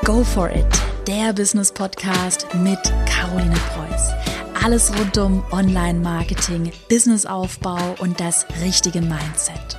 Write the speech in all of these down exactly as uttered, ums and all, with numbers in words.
Go for it, der Business-Podcast mit Caroline Preuß. Alles rund um Online-Marketing, Businessaufbau und das richtige Mindset.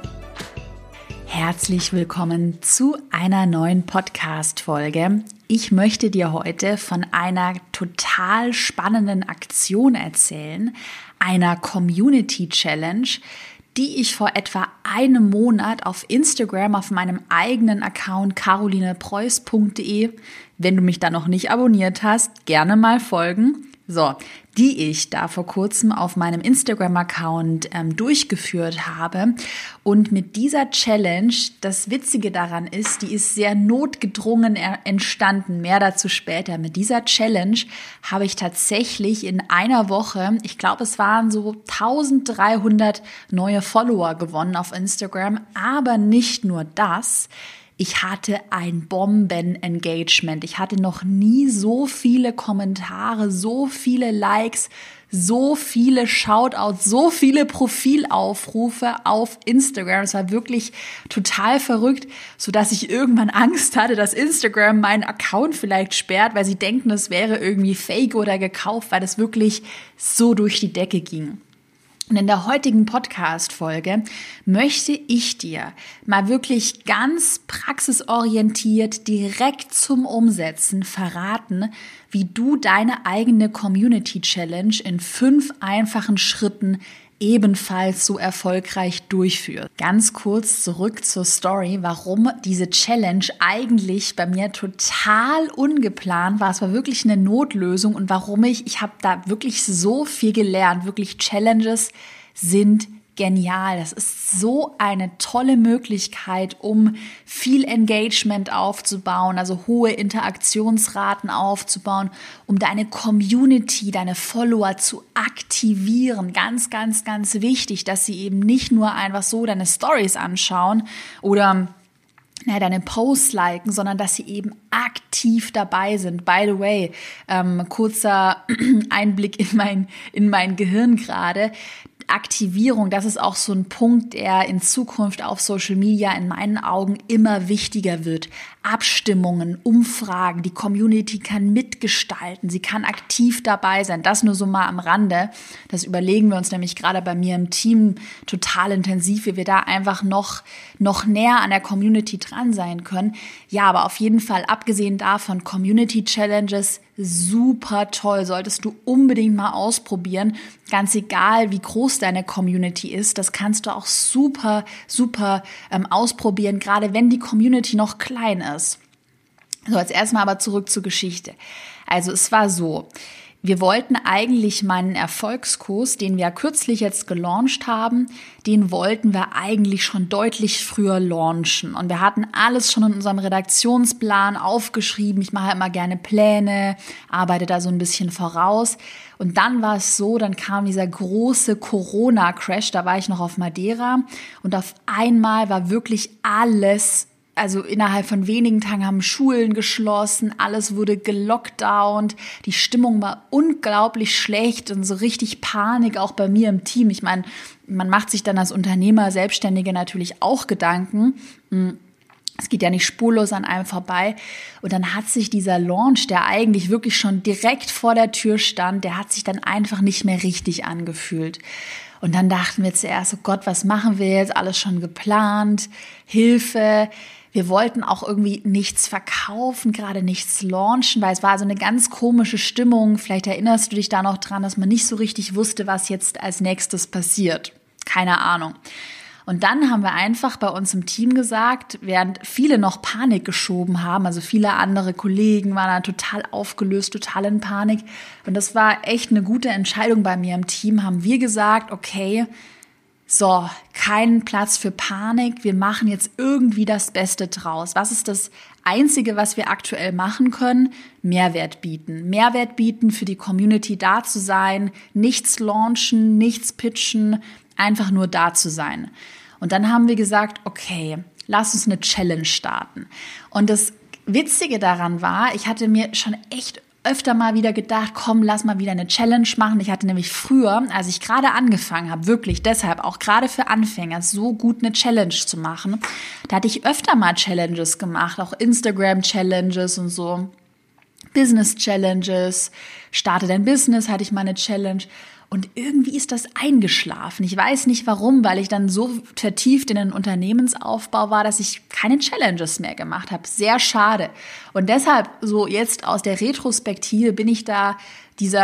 Herzlich willkommen zu einer neuen Podcast-Folge. Ich möchte dir heute von einer total spannenden Aktion erzählen, einer Community-Challenge, die ich vor etwa einem Monat auf Instagram auf meinem eigenen Account caroline preuß punkt de, wenn du mich da noch nicht abonniert hast, gerne mal folgen, so, die ich da vor kurzem auf meinem Instagram-Account ähm, durchgeführt habe. Und mit dieser Challenge, das Witzige daran ist, die ist sehr notgedrungen entstanden, mehr dazu später. Mit dieser Challenge habe ich tatsächlich in einer Woche, ich glaube es waren so dreizehnhundert neue Follower gewonnen auf Instagram, aber nicht nur das. Ich hatte ein Bomben-Engagement. Ich hatte noch nie so viele Kommentare, so viele Likes, so viele Shoutouts, so viele Profilaufrufe auf Instagram. Es war wirklich total verrückt, sodass ich irgendwann Angst hatte, dass Instagram meinen Account vielleicht sperrt, weil sie denken, es wäre irgendwie fake oder gekauft, weil das wirklich so durch die Decke ging. Und in der heutigen Podcast-Folge möchte ich dir mal wirklich ganz praxisorientiert direkt zum Umsetzen verraten, wie du deine eigene Community-Challenge in fünf einfachen Schritten ebenfalls so erfolgreich durchführt. Ganz kurz zurück zur Story, warum diese Challenge eigentlich bei mir total ungeplant war. Es war wirklich eine Notlösung und warum ich, ich habe da wirklich so viel gelernt. Wirklich Challenges sind genial. Das ist so eine tolle Möglichkeit, um viel Engagement aufzubauen, also hohe Interaktionsraten aufzubauen, um deine Community, deine Follower zu aktivieren. Ganz, ganz, ganz wichtig, dass sie eben nicht nur einfach so deine Stories anschauen oder ja, deine Posts liken, sondern dass sie eben aktiv dabei sind. By the way, ähm, kurzer Einblick in mein, in mein Gehirn gerade. Aktivierung, das ist auch so ein Punkt, der in Zukunft auf Social Media in meinen Augen immer wichtiger wird. Abstimmungen, Umfragen, die Community kann mitgestalten, sie kann aktiv dabei sein. Das nur so mal am Rande. Das überlegen wir uns nämlich gerade bei mir im Team total intensiv, wie wir da einfach noch, noch näher an der Community dran sein können. Ja, aber auf jeden Fall, abgesehen davon, Community Challenges, super toll, solltest du unbedingt mal ausprobieren. Ganz egal, wie groß deine Community ist, das kannst du auch super, super ähm, ausprobieren, gerade wenn die Community noch klein ist. So, jetzt erstmal aber zurück zur Geschichte. Also es war so, wir wollten eigentlich meinen Erfolgskurs, den wir kürzlich jetzt gelauncht haben, den wollten wir eigentlich schon deutlich früher launchen. Und wir hatten alles schon in unserem Redaktionsplan aufgeschrieben. Ich mache immer gerne Pläne, arbeite da so ein bisschen voraus. Und dann war es so, dann kam dieser große Corona-Crash, da war ich noch auf Madeira. Und auf einmal war wirklich alles, also innerhalb von wenigen Tagen haben Schulen geschlossen, alles wurde gelockdownt, die Stimmung war unglaublich schlecht und so richtig Panik auch bei mir im Team. Ich meine, man macht sich dann als Unternehmer, Selbstständige natürlich auch Gedanken. Es geht ja nicht spurlos an einem vorbei. Und dann hat sich dieser Launch, der eigentlich wirklich schon direkt vor der Tür stand, der hat sich dann einfach nicht mehr richtig angefühlt. Und dann dachten wir zuerst, oh Gott, was machen wir jetzt? Alles schon geplant, Hilfe. Wir wollten auch irgendwie nichts verkaufen, gerade nichts launchen, weil es war so eine ganz komische Stimmung. Vielleicht erinnerst du dich da noch dran, dass man nicht so richtig wusste, was jetzt als nächstes passiert. Keine Ahnung. Und dann haben wir einfach bei uns im Team gesagt, während viele noch Panik geschoben haben, also viele andere Kollegen waren da total aufgelöst, total in Panik. Und das war echt eine gute Entscheidung bei mir im Team, haben wir gesagt, okay, so, keinen Platz für Panik, wir machen jetzt irgendwie das Beste draus. Was ist das Einzige, was wir aktuell machen können? Mehrwert bieten. Mehrwert bieten, für die Community da zu sein, nichts launchen, nichts pitchen, einfach nur da zu sein. Und dann haben wir gesagt, okay, lass uns eine Challenge starten. Und das Witzige daran war, ich hatte mir schon echt öfter mal wieder gedacht, komm, lass mal wieder eine Challenge machen. Ich hatte nämlich früher, als ich gerade angefangen habe, wirklich deshalb auch gerade für Anfänger so gut eine Challenge zu machen, da hatte ich öfter mal Challenges gemacht, auch Instagram-Challenges und so, Business-Challenges, starte dein Business, hatte ich mal eine Challenge. Und irgendwie ist das eingeschlafen. Ich weiß nicht warum, weil ich dann so vertieft in den Unternehmensaufbau war, dass ich keine Challenges mehr gemacht habe. Sehr schade. Und deshalb, so jetzt aus der Retrospektive, bin ich da dieser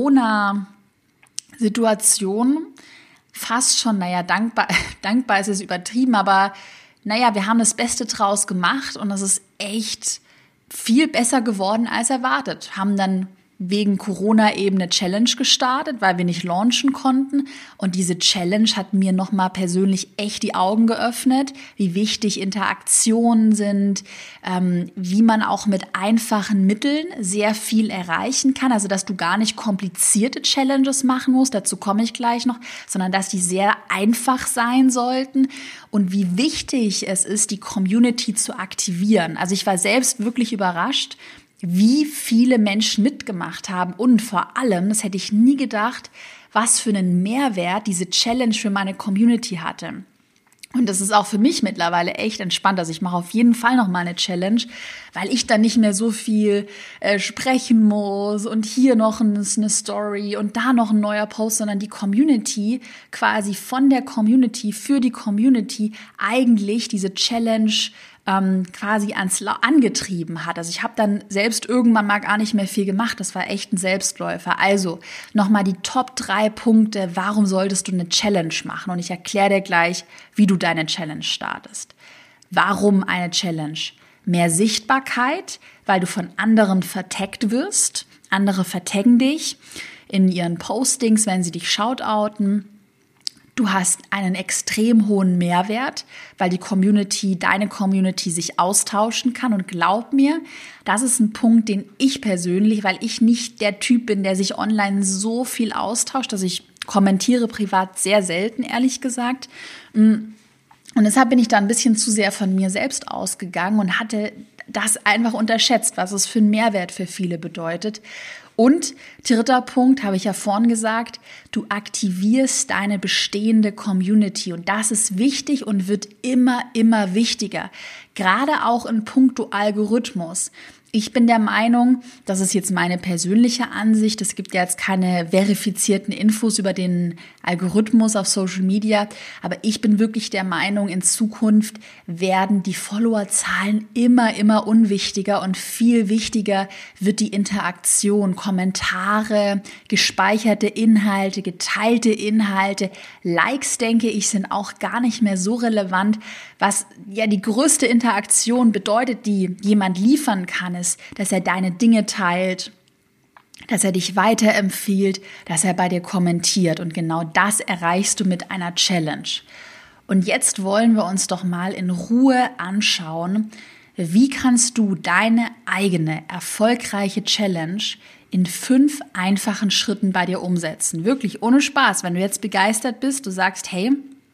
Corona-Situation fast schon, naja, dankbar, dankbar ist es übertrieben, aber naja, wir haben das Beste draus gemacht und es ist echt viel besser geworden als erwartet. Haben dann wegen Corona eben eine Challenge gestartet, weil wir nicht launchen konnten. Und diese Challenge hat mir nochmal persönlich echt die Augen geöffnet, wie wichtig Interaktionen sind, ähm, wie man auch mit einfachen Mitteln sehr viel erreichen kann. Also, dass du gar nicht komplizierte Challenges machen musst, dazu komme ich gleich noch, sondern dass die sehr einfach sein sollten. Und wie wichtig es ist, die Community zu aktivieren. Also ich war selbst wirklich überrascht, wie viele Menschen mitgemacht haben und vor allem, das hätte ich nie gedacht, was für einen Mehrwert diese Challenge für meine Community hatte. Und das ist auch für mich mittlerweile echt entspannt. Also ich mache auf jeden Fall noch mal eine Challenge, weil ich dann nicht mehr so viel äh, sprechen muss und hier noch ein, eine Story und da noch ein neuer Post, sondern die Community quasi von der Community für die Community eigentlich diese Challenge ähm, quasi ans La- angetrieben hat. Also ich habe dann selbst irgendwann mal gar nicht mehr viel gemacht. Das war echt ein Selbstläufer. Also nochmal die Top drei Punkte, warum solltest du eine Challenge machen? Und ich erkläre dir gleich, wie du deine Challenge startest. Warum eine Challenge? Mehr Sichtbarkeit, weil du von anderen vertaggt wirst. Andere vertaggen dich in ihren Postings, wenn sie dich shoutouten. Du hast einen extrem hohen Mehrwert, weil die Community, deine Community sich austauschen kann. Und glaub mir, das ist ein Punkt, den ich persönlich, weil ich nicht der Typ bin, der sich online so viel austauscht, dass ich kommentiere privat sehr selten, ehrlich gesagt. Und deshalb bin ich da ein bisschen zu sehr von mir selbst ausgegangen und hatte das einfach unterschätzt, was es für einen Mehrwert für viele bedeutet. Und dritter Punkt, habe ich ja vorhin gesagt, du aktivierst deine bestehende Community. Und das ist wichtig und wird immer, immer wichtiger. Gerade auch in puncto Algorithmus. Ich bin der Meinung, das ist jetzt meine persönliche Ansicht, es gibt ja jetzt keine verifizierten Infos über den Algorithmus auf Social Media, aber ich bin wirklich der Meinung, in Zukunft werden die Followerzahlen immer, immer unwichtiger und viel wichtiger wird die Interaktion, Kommentare, gespeicherte Inhalte, geteilte Inhalte, Likes, denke ich, sind auch gar nicht mehr so relevant. Was ja die größte Interaktion bedeutet, die jemand liefern kann, ist, dass er deine Dinge teilt, dass er dich weiterempfiehlt, dass er bei dir kommentiert. Und genau das erreichst du mit einer Challenge. Und jetzt wollen wir uns doch mal in Ruhe anschauen, wie kannst du deine eigene erfolgreiche Challenge in fünf einfachen Schritten bei dir umsetzen. Wirklich ohne Spaß. Wenn du jetzt begeistert bist, du sagst, hey,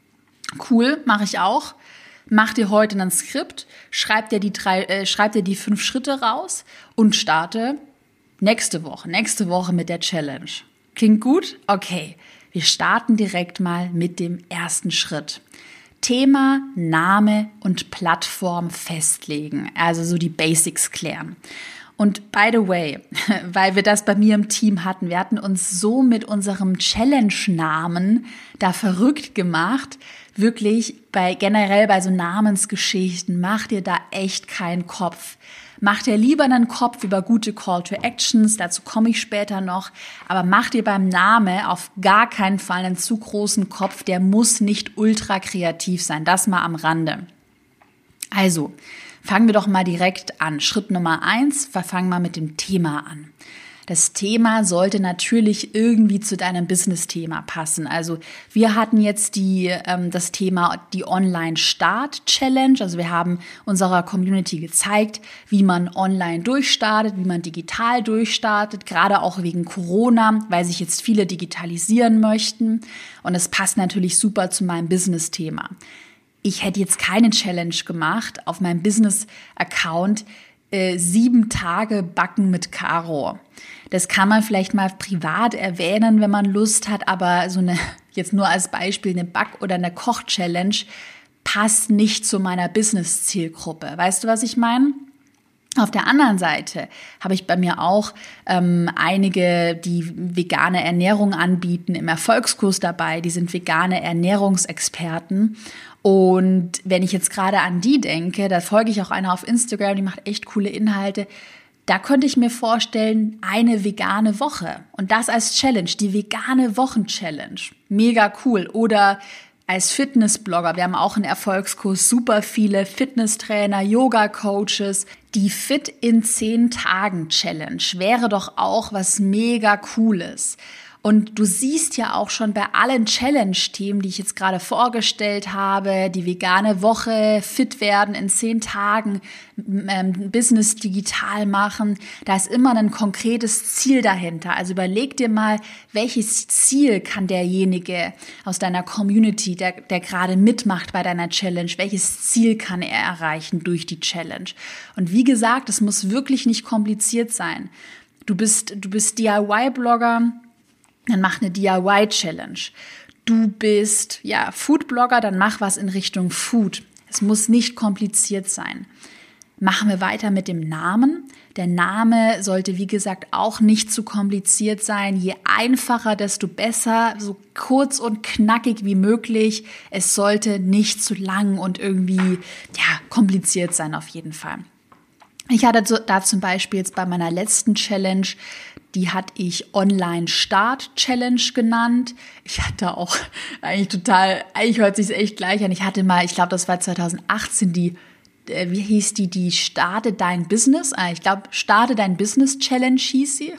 cool, mache ich auch. Mach dir heute ein Skript, schreib dir die drei, äh, schreib dir die fünf Schritte raus und starte nächste Woche, nächste Woche mit der Challenge. Klingt gut? Okay, wir starten direkt mal mit dem ersten Schritt. Thema, Name und Plattform festlegen, also so die Basics klären. Und by the way, weil wir das bei mir im Team hatten, wir hatten uns so mit unserem Challenge-Namen da verrückt gemacht. Wirklich bei generell bei so Namensgeschichten, mach dir da echt keinen Kopf. Mach dir lieber einen Kopf über gute Call to Actions, dazu komme ich später noch, aber mach dir beim Namen auf gar keinen Fall einen zu großen Kopf, der muss nicht ultra kreativ sein, das mal am Rande. Also, fangen wir doch mal direkt an. Schritt Nummer eins, wir fangen mal mit dem Thema an. Das Thema sollte natürlich irgendwie zu deinem Business-Thema passen. Also wir hatten jetzt die, ähm, das Thema die Online-Start-Challenge. Also wir haben unserer Community gezeigt, wie man online durchstartet, wie man digital durchstartet, gerade auch wegen Corona, weil sich jetzt viele digitalisieren möchten. Und es passt natürlich super zu meinem Business-Thema. Ich hätte jetzt keine Challenge gemacht auf meinem Business-Account, äh, sieben Tage Backen mit Caro. Das kann man vielleicht mal privat erwähnen, wenn man Lust hat, aber so eine, jetzt nur als Beispiel, eine Back- oder eine Koch-Challenge passt nicht zu meiner Business-Zielgruppe. Weißt du, was ich meine? Auf der anderen Seite habe ich bei mir auch ähm, einige, die vegane Ernährung anbieten, im Erfolgskurs dabei. Die sind vegane Ernährungsexperten. Und wenn ich jetzt gerade an die denke, da folge ich auch einer auf Instagram, die macht echt coole Inhalte. Da könnte ich mir vorstellen, eine vegane Woche. Und das als Challenge, die vegane Wochen-Challenge. Mega cool. Oder als Fitnessblogger, wir haben auch einen Erfolgskurs, super viele Fitnesstrainer, Yoga-Coaches. Die Fit in zehn Tagen Challenge wäre doch auch was mega Cooles. Und du siehst ja auch schon bei allen Challenge-Themen, die ich jetzt gerade vorgestellt habe, die vegane Woche, fit werden in zehn Tagen, ähm, Business digital machen, da ist immer ein konkretes Ziel dahinter. Also überleg dir mal, welches Ziel kann derjenige aus deiner Community, der, der gerade mitmacht bei deiner Challenge, welches Ziel kann er erreichen durch die Challenge? Und wie gesagt, es muss wirklich nicht kompliziert sein. Du bist, du bist D I Y-Blogger, dann mach eine D I Y-Challenge. Du bist ja Food-Blogger, dann mach was in Richtung Food. Es muss nicht kompliziert sein. Machen wir weiter mit dem Namen. Der Name sollte, wie gesagt, auch nicht zu kompliziert sein. Je einfacher, desto besser, so kurz und knackig wie möglich. Es sollte nicht zu lang und irgendwie ja kompliziert sein auf jeden Fall. Ich hatte da zum Beispiel jetzt bei meiner letzten Challenge, die hatte ich Online-Start-Challenge genannt. Ich hatte auch eigentlich total, eigentlich hört sich echt gleich an. Ich hatte mal, ich glaube, das war zwanzig achtzehn, die, äh, wie hieß die, die Starte dein Business. Ah, ich glaube, Starte dein Business Challenge hieß sie.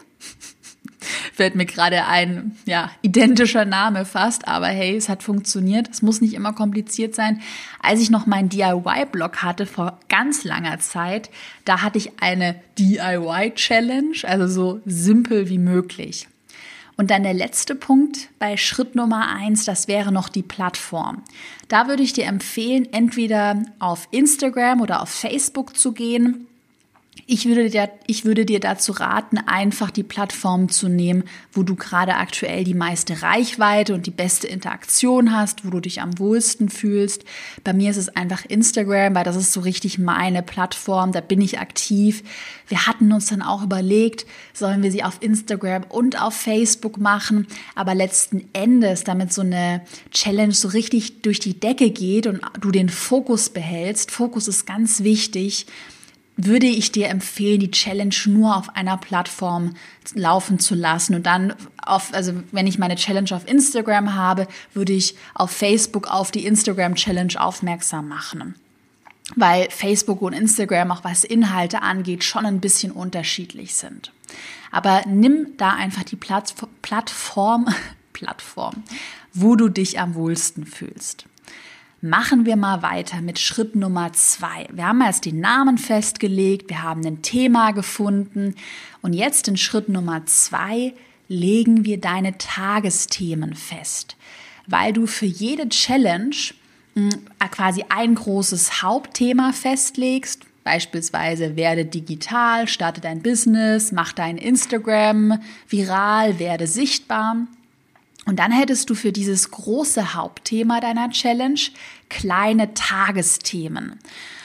Fällt mir gerade ein, ja, identischer Name fast, aber hey, es hat funktioniert. Es muss nicht immer kompliziert sein. Als ich noch meinen D I Y-Blog hatte, vor ganz langer Zeit, da hatte ich eine D I Y-Challenge, also so simpel wie möglich. Und dann der letzte Punkt bei Schritt Nummer eins, das wäre noch die Plattform. Da würde ich dir empfehlen, entweder auf Instagram oder auf Facebook zu gehen. Ich würde dir, ich würde dir dazu raten, einfach die Plattform zu nehmen, wo du gerade aktuell die meiste Reichweite und die beste Interaktion hast, wo du dich am wohlsten fühlst. Bei mir ist es einfach Instagram, weil das ist so richtig meine Plattform, da bin ich aktiv. Wir hatten uns dann auch überlegt, sollen wir sie auf Instagram und auf Facebook machen, aber letzten Endes, damit so eine Challenge so richtig durch die Decke geht und du den Fokus behältst, Fokus ist ganz wichtig, würde ich dir empfehlen, die Challenge nur auf einer Plattform laufen zu lassen. Und dann, auf, also wenn ich meine Challenge auf Instagram habe, würde ich auf Facebook auf die Instagram-Challenge aufmerksam machen. Weil Facebook und Instagram, auch was Inhalte angeht, schon ein bisschen unterschiedlich sind. Aber nimm da einfach die Plattform, Plattform, Plattform, wo du dich am wohlsten fühlst. Machen wir mal weiter mit Schritt Nummer zwei. Wir haben erst den Namen festgelegt, wir haben ein Thema gefunden und jetzt in Schritt Nummer zwei legen wir deine Tagesthemen fest, weil du für jede Challenge mh, quasi ein großes Hauptthema festlegst. Beispielsweise werde digital, starte dein Business, mach dein Instagram viral, werde sichtbar. Und dann hättest du für dieses große Hauptthema deiner Challenge kleine Tagesthemen.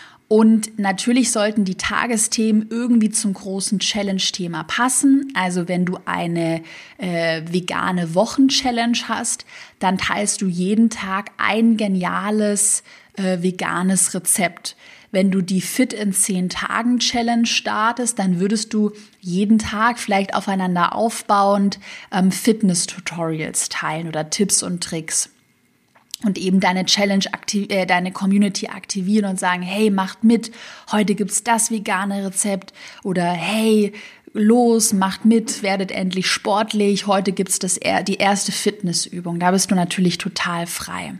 Und natürlich sollten die Tagesthemen irgendwie zum großen Challenge-Thema passen. Also wenn du eine äh, vegane Wochen-Challenge hast, dann teilst du jeden Tag ein geniales äh, veganes Rezept. Wenn du die Fit in zehn Tagen Challenge startest, dann würdest du jeden Tag vielleicht aufeinander aufbauend ähm, Fitness-Tutorials teilen oder Tipps und Tricks. Und eben deine Challenge, aktiv- äh, deine Community aktivieren und sagen, hey, macht mit, heute gibt's das vegane Rezept oder hey, los, macht mit, werdet endlich sportlich, heute gibt's das, die erste Fitnessübung. Da bist du natürlich total frei.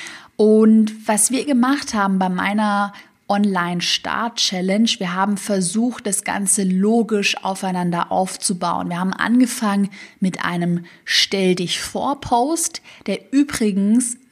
Und was wir gemacht haben bei meiner Online-Start-Challenge. Wir haben versucht, das Ganze logisch aufeinander aufzubauen. Wir haben angefangen mit einem Stell-dich-vor-Post, der übrigens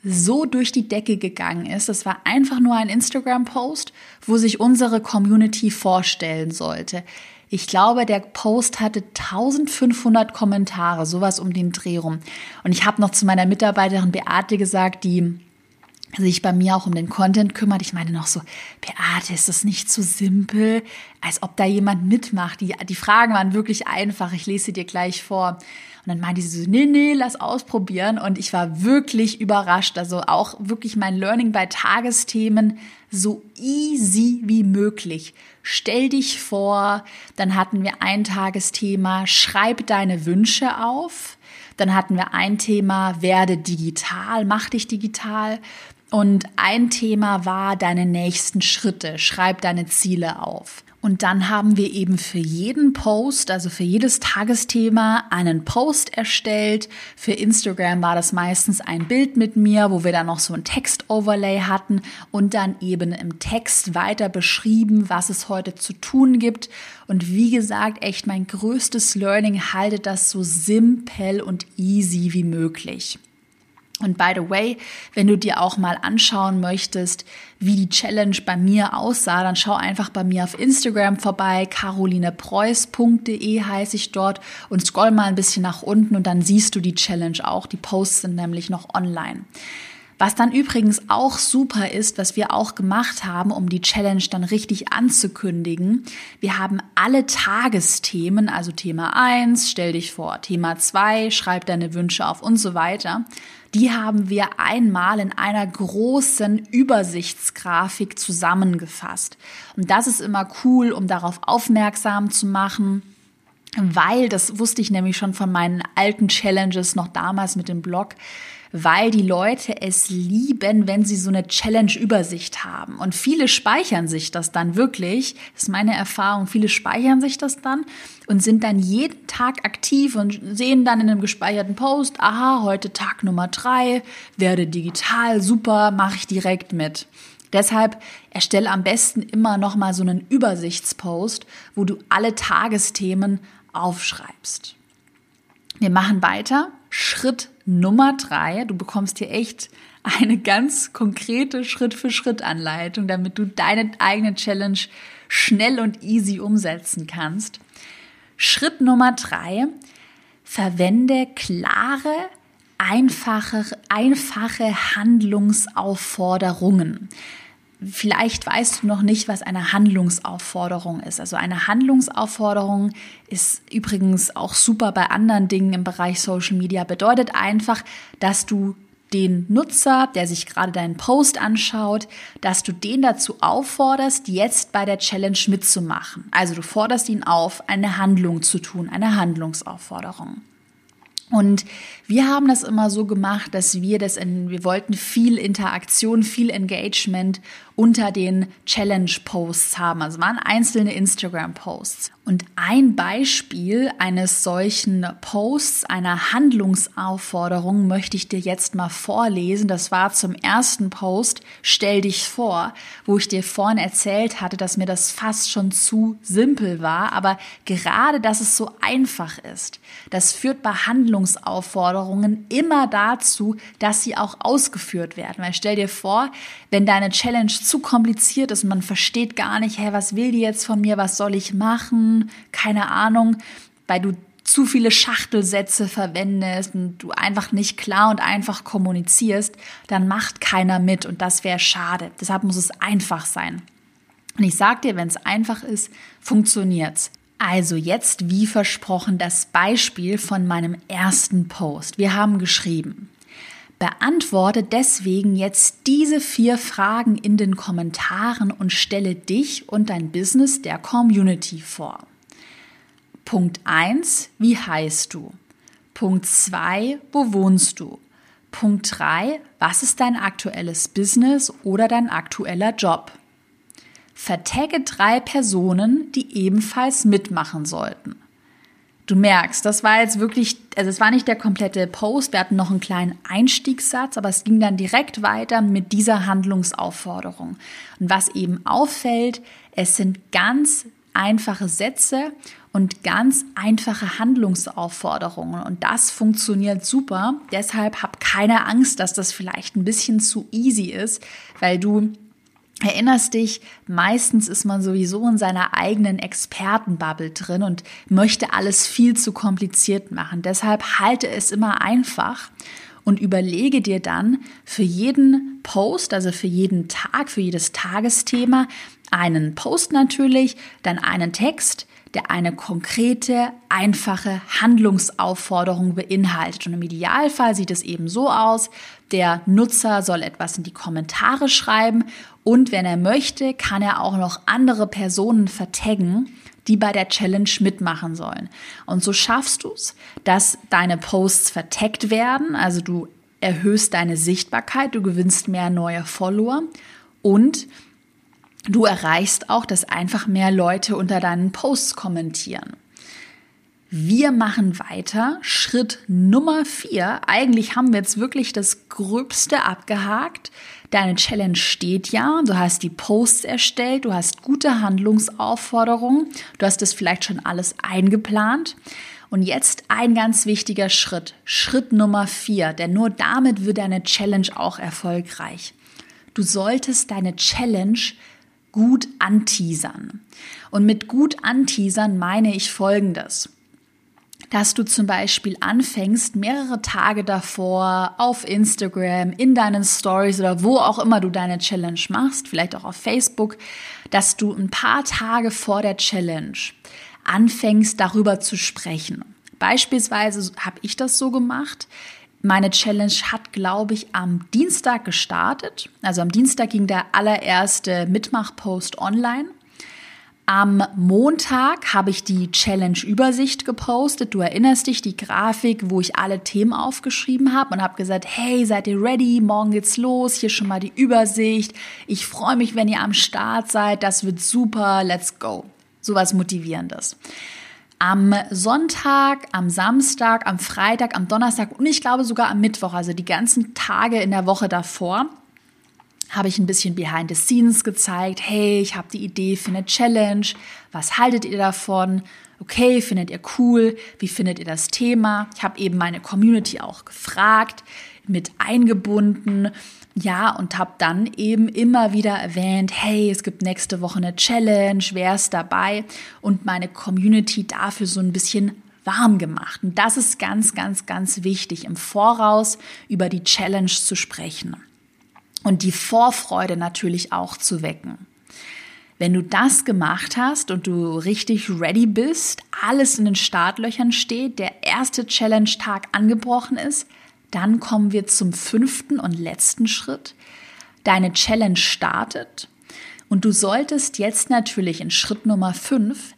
so durch die Decke gegangen ist. Das war einfach nur ein Instagram-Post, wo sich unsere Community vorstellen sollte. Ich glaube, der Post hatte eintausendfünfhundert Kommentare, sowas um den Dreh rum. Und ich habe noch zu meiner Mitarbeiterin Beate gesagt, die sich bei mir auch um den Content kümmert. Ich meine noch so, Beate, ist das nicht zu simpel? Als ob da jemand mitmacht. Die, die Fragen waren wirklich einfach. Ich lese sie dir gleich vor. Und dann meinte sie so, nee, nee, lass ausprobieren. Und ich war wirklich überrascht. Also auch wirklich mein Learning bei Tagesthemen so easy wie möglich. Stell dich vor, dann hatten wir ein Tagesthema, schreib deine Wünsche auf. Dann hatten wir ein Thema, werde digital, mach dich digital. Und ein Thema war deine nächsten Schritte, schreib deine Ziele auf. Und dann haben wir eben für jeden Post, also für jedes Tagesthema, einen Post erstellt. Für Instagram war das meistens ein Bild mit mir, wo wir dann noch so ein Text-Overlay hatten und dann eben im Text weiter beschrieben, was es heute zu tun gibt. Und wie gesagt, echt mein größtes Learning, haltet das so simpel und easy wie möglich. Und by the way, wenn du dir auch mal anschauen möchtest, wie die Challenge bei mir aussah, dann schau einfach bei mir auf Instagram vorbei, carolinepreuß punkt de heiße ich dort und scroll mal ein bisschen nach unten und dann siehst du die Challenge auch. Die Posts sind nämlich noch online. Was dann übrigens auch super ist, was wir auch gemacht haben, um die Challenge dann richtig anzukündigen. Wir haben alle Tagesthemen, also Thema eins, stell dich vor, Thema zwei, schreib deine Wünsche auf und so weiter. Die haben wir einmal in einer großen Übersichtsgrafik zusammengefasst. Und das ist immer cool, um darauf aufmerksam zu machen, weil, das wusste ich nämlich schon von meinen alten Challenges noch damals mit dem Blog, weil die Leute es lieben, wenn sie so eine Challenge-Übersicht haben. Und viele speichern sich das dann wirklich, das ist meine Erfahrung, viele speichern sich das dann und sind dann jeden Tag aktiv und sehen dann in einem gespeicherten Post, aha, heute Tag Nummer drei, werde digital, super, mache ich direkt mit. Deshalb erstelle am besten immer noch mal so einen Übersichtspost, wo du alle Tagesthemen aufschreibst. Wir machen weiter. Schritt Nummer drei. Du bekommst hier echt eine ganz konkrete Schritt-für-Schritt-Anleitung, damit du deine eigene Challenge schnell und easy umsetzen kannst. Schritt Nummer drei. Verwende klare, einfache, einfache Handlungsaufforderungen. Vielleicht weißt du noch nicht, was eine Handlungsaufforderung ist. Also eine Handlungsaufforderung ist übrigens auch super bei anderen Dingen im Bereich Social Media. Bedeutet einfach, dass du den Nutzer, der sich gerade deinen Post anschaut, dass du den dazu aufforderst, jetzt bei der Challenge mitzumachen. Also du forderst ihn auf, eine Handlung zu tun, eine Handlungsaufforderung. Und wir haben das immer so gemacht, dass wir das in, wir wollten viel Interaktion, viel Engagement unter den Challenge-Posts haben. Also waren einzelne Instagram-Posts. Und ein Beispiel eines solchen Posts, einer Handlungsaufforderung, möchte ich dir jetzt mal vorlesen. Das war zum ersten Post, stell dich vor, wo ich dir vorhin erzählt hatte, dass mir das fast schon zu simpel war. Aber gerade, dass es so einfach ist, das führt bei Handlungsaufforderungen immer dazu, dass sie auch ausgeführt werden. Weil stell dir vor, wenn deine Challenge zu kompliziert ist und man versteht gar nicht, hey, was will die jetzt von mir, was soll ich machen, keine Ahnung, weil du zu viele Schachtelsätze verwendest und du einfach nicht klar und einfach kommunizierst, dann macht keiner mit und das wäre schade. Deshalb muss es einfach sein. Und ich sag dir, wenn es einfach ist, funktioniert's. Also jetzt, wie versprochen, das Beispiel von meinem ersten Post. Wir haben geschrieben: Beantworte deswegen jetzt diese vier Fragen in den Kommentaren und stelle dich und dein Business der Community vor. Punkt eins, wie heißt du? Punkt zwei, wo wohnst du? Punkt drei, was ist dein aktuelles Business oder dein aktueller Job? Vertagge drei Personen, die ebenfalls mitmachen sollten. Du merkst, das war jetzt wirklich, also es war nicht der komplette Post, wir hatten noch einen kleinen Einstiegssatz, aber es ging dann direkt weiter mit dieser Handlungsaufforderung. Und was eben auffällt, es sind ganz einfache Sätze und ganz einfache Handlungsaufforderungen. Und das funktioniert super. Deshalb hab keine Angst, dass das vielleicht ein bisschen zu easy ist, weil du erinnerst dich, meistens ist man sowieso in seiner eigenen Expertenbubble drin und möchte alles viel zu kompliziert machen. Deshalb halte es immer einfach und überlege dir dann für jeden Post, also für jeden Tag, für jedes Tagesthema, einen Post natürlich, dann einen Text, der eine konkrete, einfache Handlungsaufforderung beinhaltet. Und im Idealfall sieht es eben so aus, der Nutzer soll etwas in die Kommentare schreiben und wenn er möchte, kann er auch noch andere Personen vertaggen, die bei der Challenge mitmachen sollen. Und so schaffst du es, dass deine Posts vertaggt werden, also du erhöhst deine Sichtbarkeit, du gewinnst mehr neue Follower und du erreichst auch, dass einfach mehr Leute unter deinen Posts kommentieren. Wir machen weiter. Schritt Nummer vier. Eigentlich haben wir jetzt wirklich das Gröbste abgehakt. Deine Challenge steht ja. Du hast die Posts erstellt. Du hast gute Handlungsaufforderungen. Du hast das vielleicht schon alles eingeplant. Und jetzt ein ganz wichtiger Schritt. Schritt Nummer vier. Denn nur damit wird deine Challenge auch erfolgreich. Du solltest deine Challenge gut anteasern. Und mit gut anteasern meine ich Folgendes. Dass du zum Beispiel anfängst, mehrere Tage davor auf Instagram, in deinen Stories oder wo auch immer du deine Challenge machst, vielleicht auch auf Facebook, dass du ein paar Tage vor der Challenge anfängst, darüber zu sprechen. Beispielsweise habe ich das so gemacht. Meine Challenge hat, glaube ich, am Dienstag gestartet. Also am Dienstag ging der allererste Mitmach-Post online. Am Montag habe ich die Challenge-Übersicht gepostet. Du erinnerst dich, die Grafik, wo ich alle Themen aufgeschrieben habe und habe gesagt, hey, seid ihr ready? Morgen geht's los. Hier schon mal die Übersicht. Ich freue mich, wenn ihr am Start seid. Das wird super. Let's go. Sowas Motivierendes. Am Sonntag, am Samstag, am Freitag, am Donnerstag und ich glaube sogar am Mittwoch, also die ganzen Tage in der Woche davor, habe ich ein bisschen behind the scenes gezeigt. Hey, ich habe die Idee für eine Challenge. Was haltet ihr davon? Okay, findet ihr cool? Wie findet ihr das Thema? Ich habe eben meine Community auch gefragt, mit eingebunden. Ja, und habe dann eben immer wieder erwähnt, hey, es gibt nächste Woche eine Challenge, wer ist dabei? Und meine Community dafür so ein bisschen warm gemacht. Und das ist ganz, ganz, ganz wichtig, im Voraus über die Challenge zu sprechen und die Vorfreude natürlich auch zu wecken. Wenn du das gemacht hast und du richtig ready bist, alles in den Startlöchern steht, der erste Challenge-Tag angebrochen ist, dann kommen wir zum fünften und letzten Schritt. Deine Challenge startet und du solltest jetzt natürlich in Schritt Nummer fünf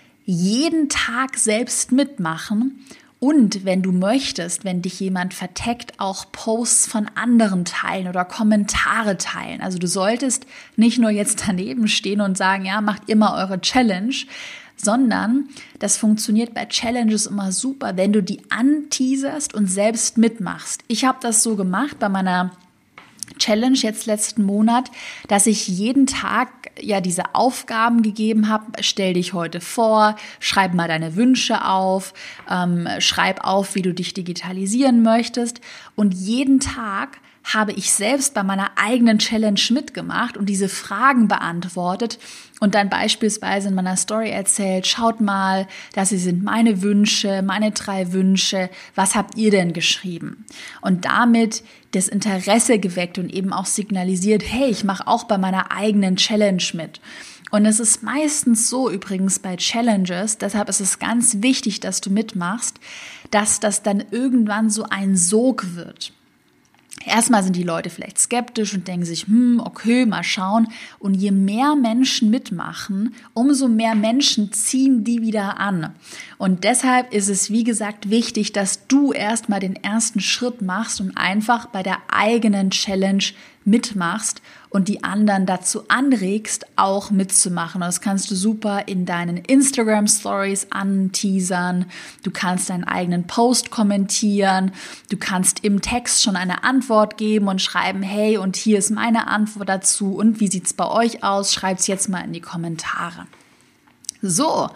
jeden Tag selbst mitmachen und wenn du möchtest, wenn dich jemand vertaggt, auch Posts von anderen teilen oder Kommentare teilen. Also du solltest nicht nur jetzt daneben stehen und sagen, ja, macht ihr mal eure Challenge, sondern das funktioniert bei Challenges immer super, wenn du die anteaserst und selbst mitmachst. Ich habe das so gemacht bei meiner Challenge jetzt letzten Monat, dass ich jeden Tag ja diese Aufgaben gegeben habe. Stell dich heute vor, schreib mal deine Wünsche auf, ähm, schreib auf, wie du dich digitalisieren möchtest. Und jeden Tag habe ich selbst bei meiner eigenen Challenge mitgemacht und diese Fragen beantwortet und dann beispielsweise in meiner Story erzählt, schaut mal, das hier sind meine Wünsche, meine drei Wünsche, was habt ihr denn geschrieben? Und damit das Interesse geweckt und eben auch signalisiert, hey, ich mache auch bei meiner eigenen Challenge mit. Und es ist meistens so übrigens bei Challenges, deshalb ist es ganz wichtig, dass du mitmachst, dass das dann irgendwann so ein Sog wird. Erstmal sind die Leute vielleicht skeptisch und denken sich, hm, okay, mal schauen. Und je mehr Menschen mitmachen, umso mehr Menschen ziehen die wieder an. Und deshalb ist es, wie gesagt, wichtig, dass du erstmal den ersten Schritt machst und einfach bei der eigenen Challenge mitmachst und die anderen dazu anregst, auch mitzumachen. Und das kannst du super in deinen Instagram-Stories anteasern. Du kannst deinen eigenen Post kommentieren. Du kannst im Text schon eine Antwort geben und schreiben, hey, und hier ist meine Antwort dazu. Und wie sieht's bei euch aus? Schreib's jetzt mal in die Kommentare. So,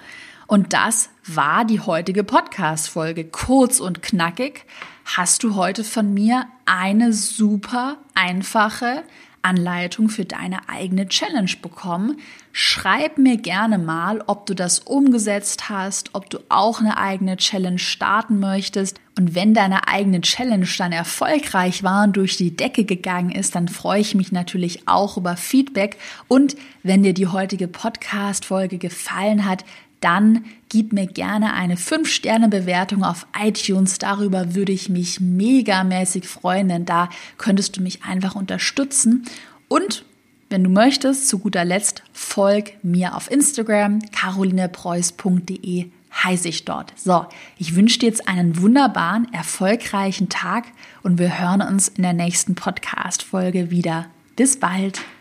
Und das war die heutige Podcast-Folge. Kurz und knackig hast du heute von mir eine super einfache Anleitung für deine eigene Challenge bekommen. Schreib mir gerne mal, ob du das umgesetzt hast, ob du auch eine eigene Challenge starten möchtest. Und wenn deine eigene Challenge dann erfolgreich war und durch die Decke gegangen ist, dann freue ich mich natürlich auch über Feedback. Und wenn dir die heutige Podcast-Folge gefallen hat, dann gib mir gerne eine fünf Sterne Bewertung auf iTunes. Darüber würde ich mich megamäßig freuen, denn da könntest du mich einfach unterstützen. Und wenn du möchtest, zu guter Letzt, folg mir auf Instagram, carolinepreuß punkt de heiße ich dort. So, ich wünsche dir jetzt einen wunderbaren, erfolgreichen Tag und wir hören uns in der nächsten Podcast-Folge wieder. Bis bald!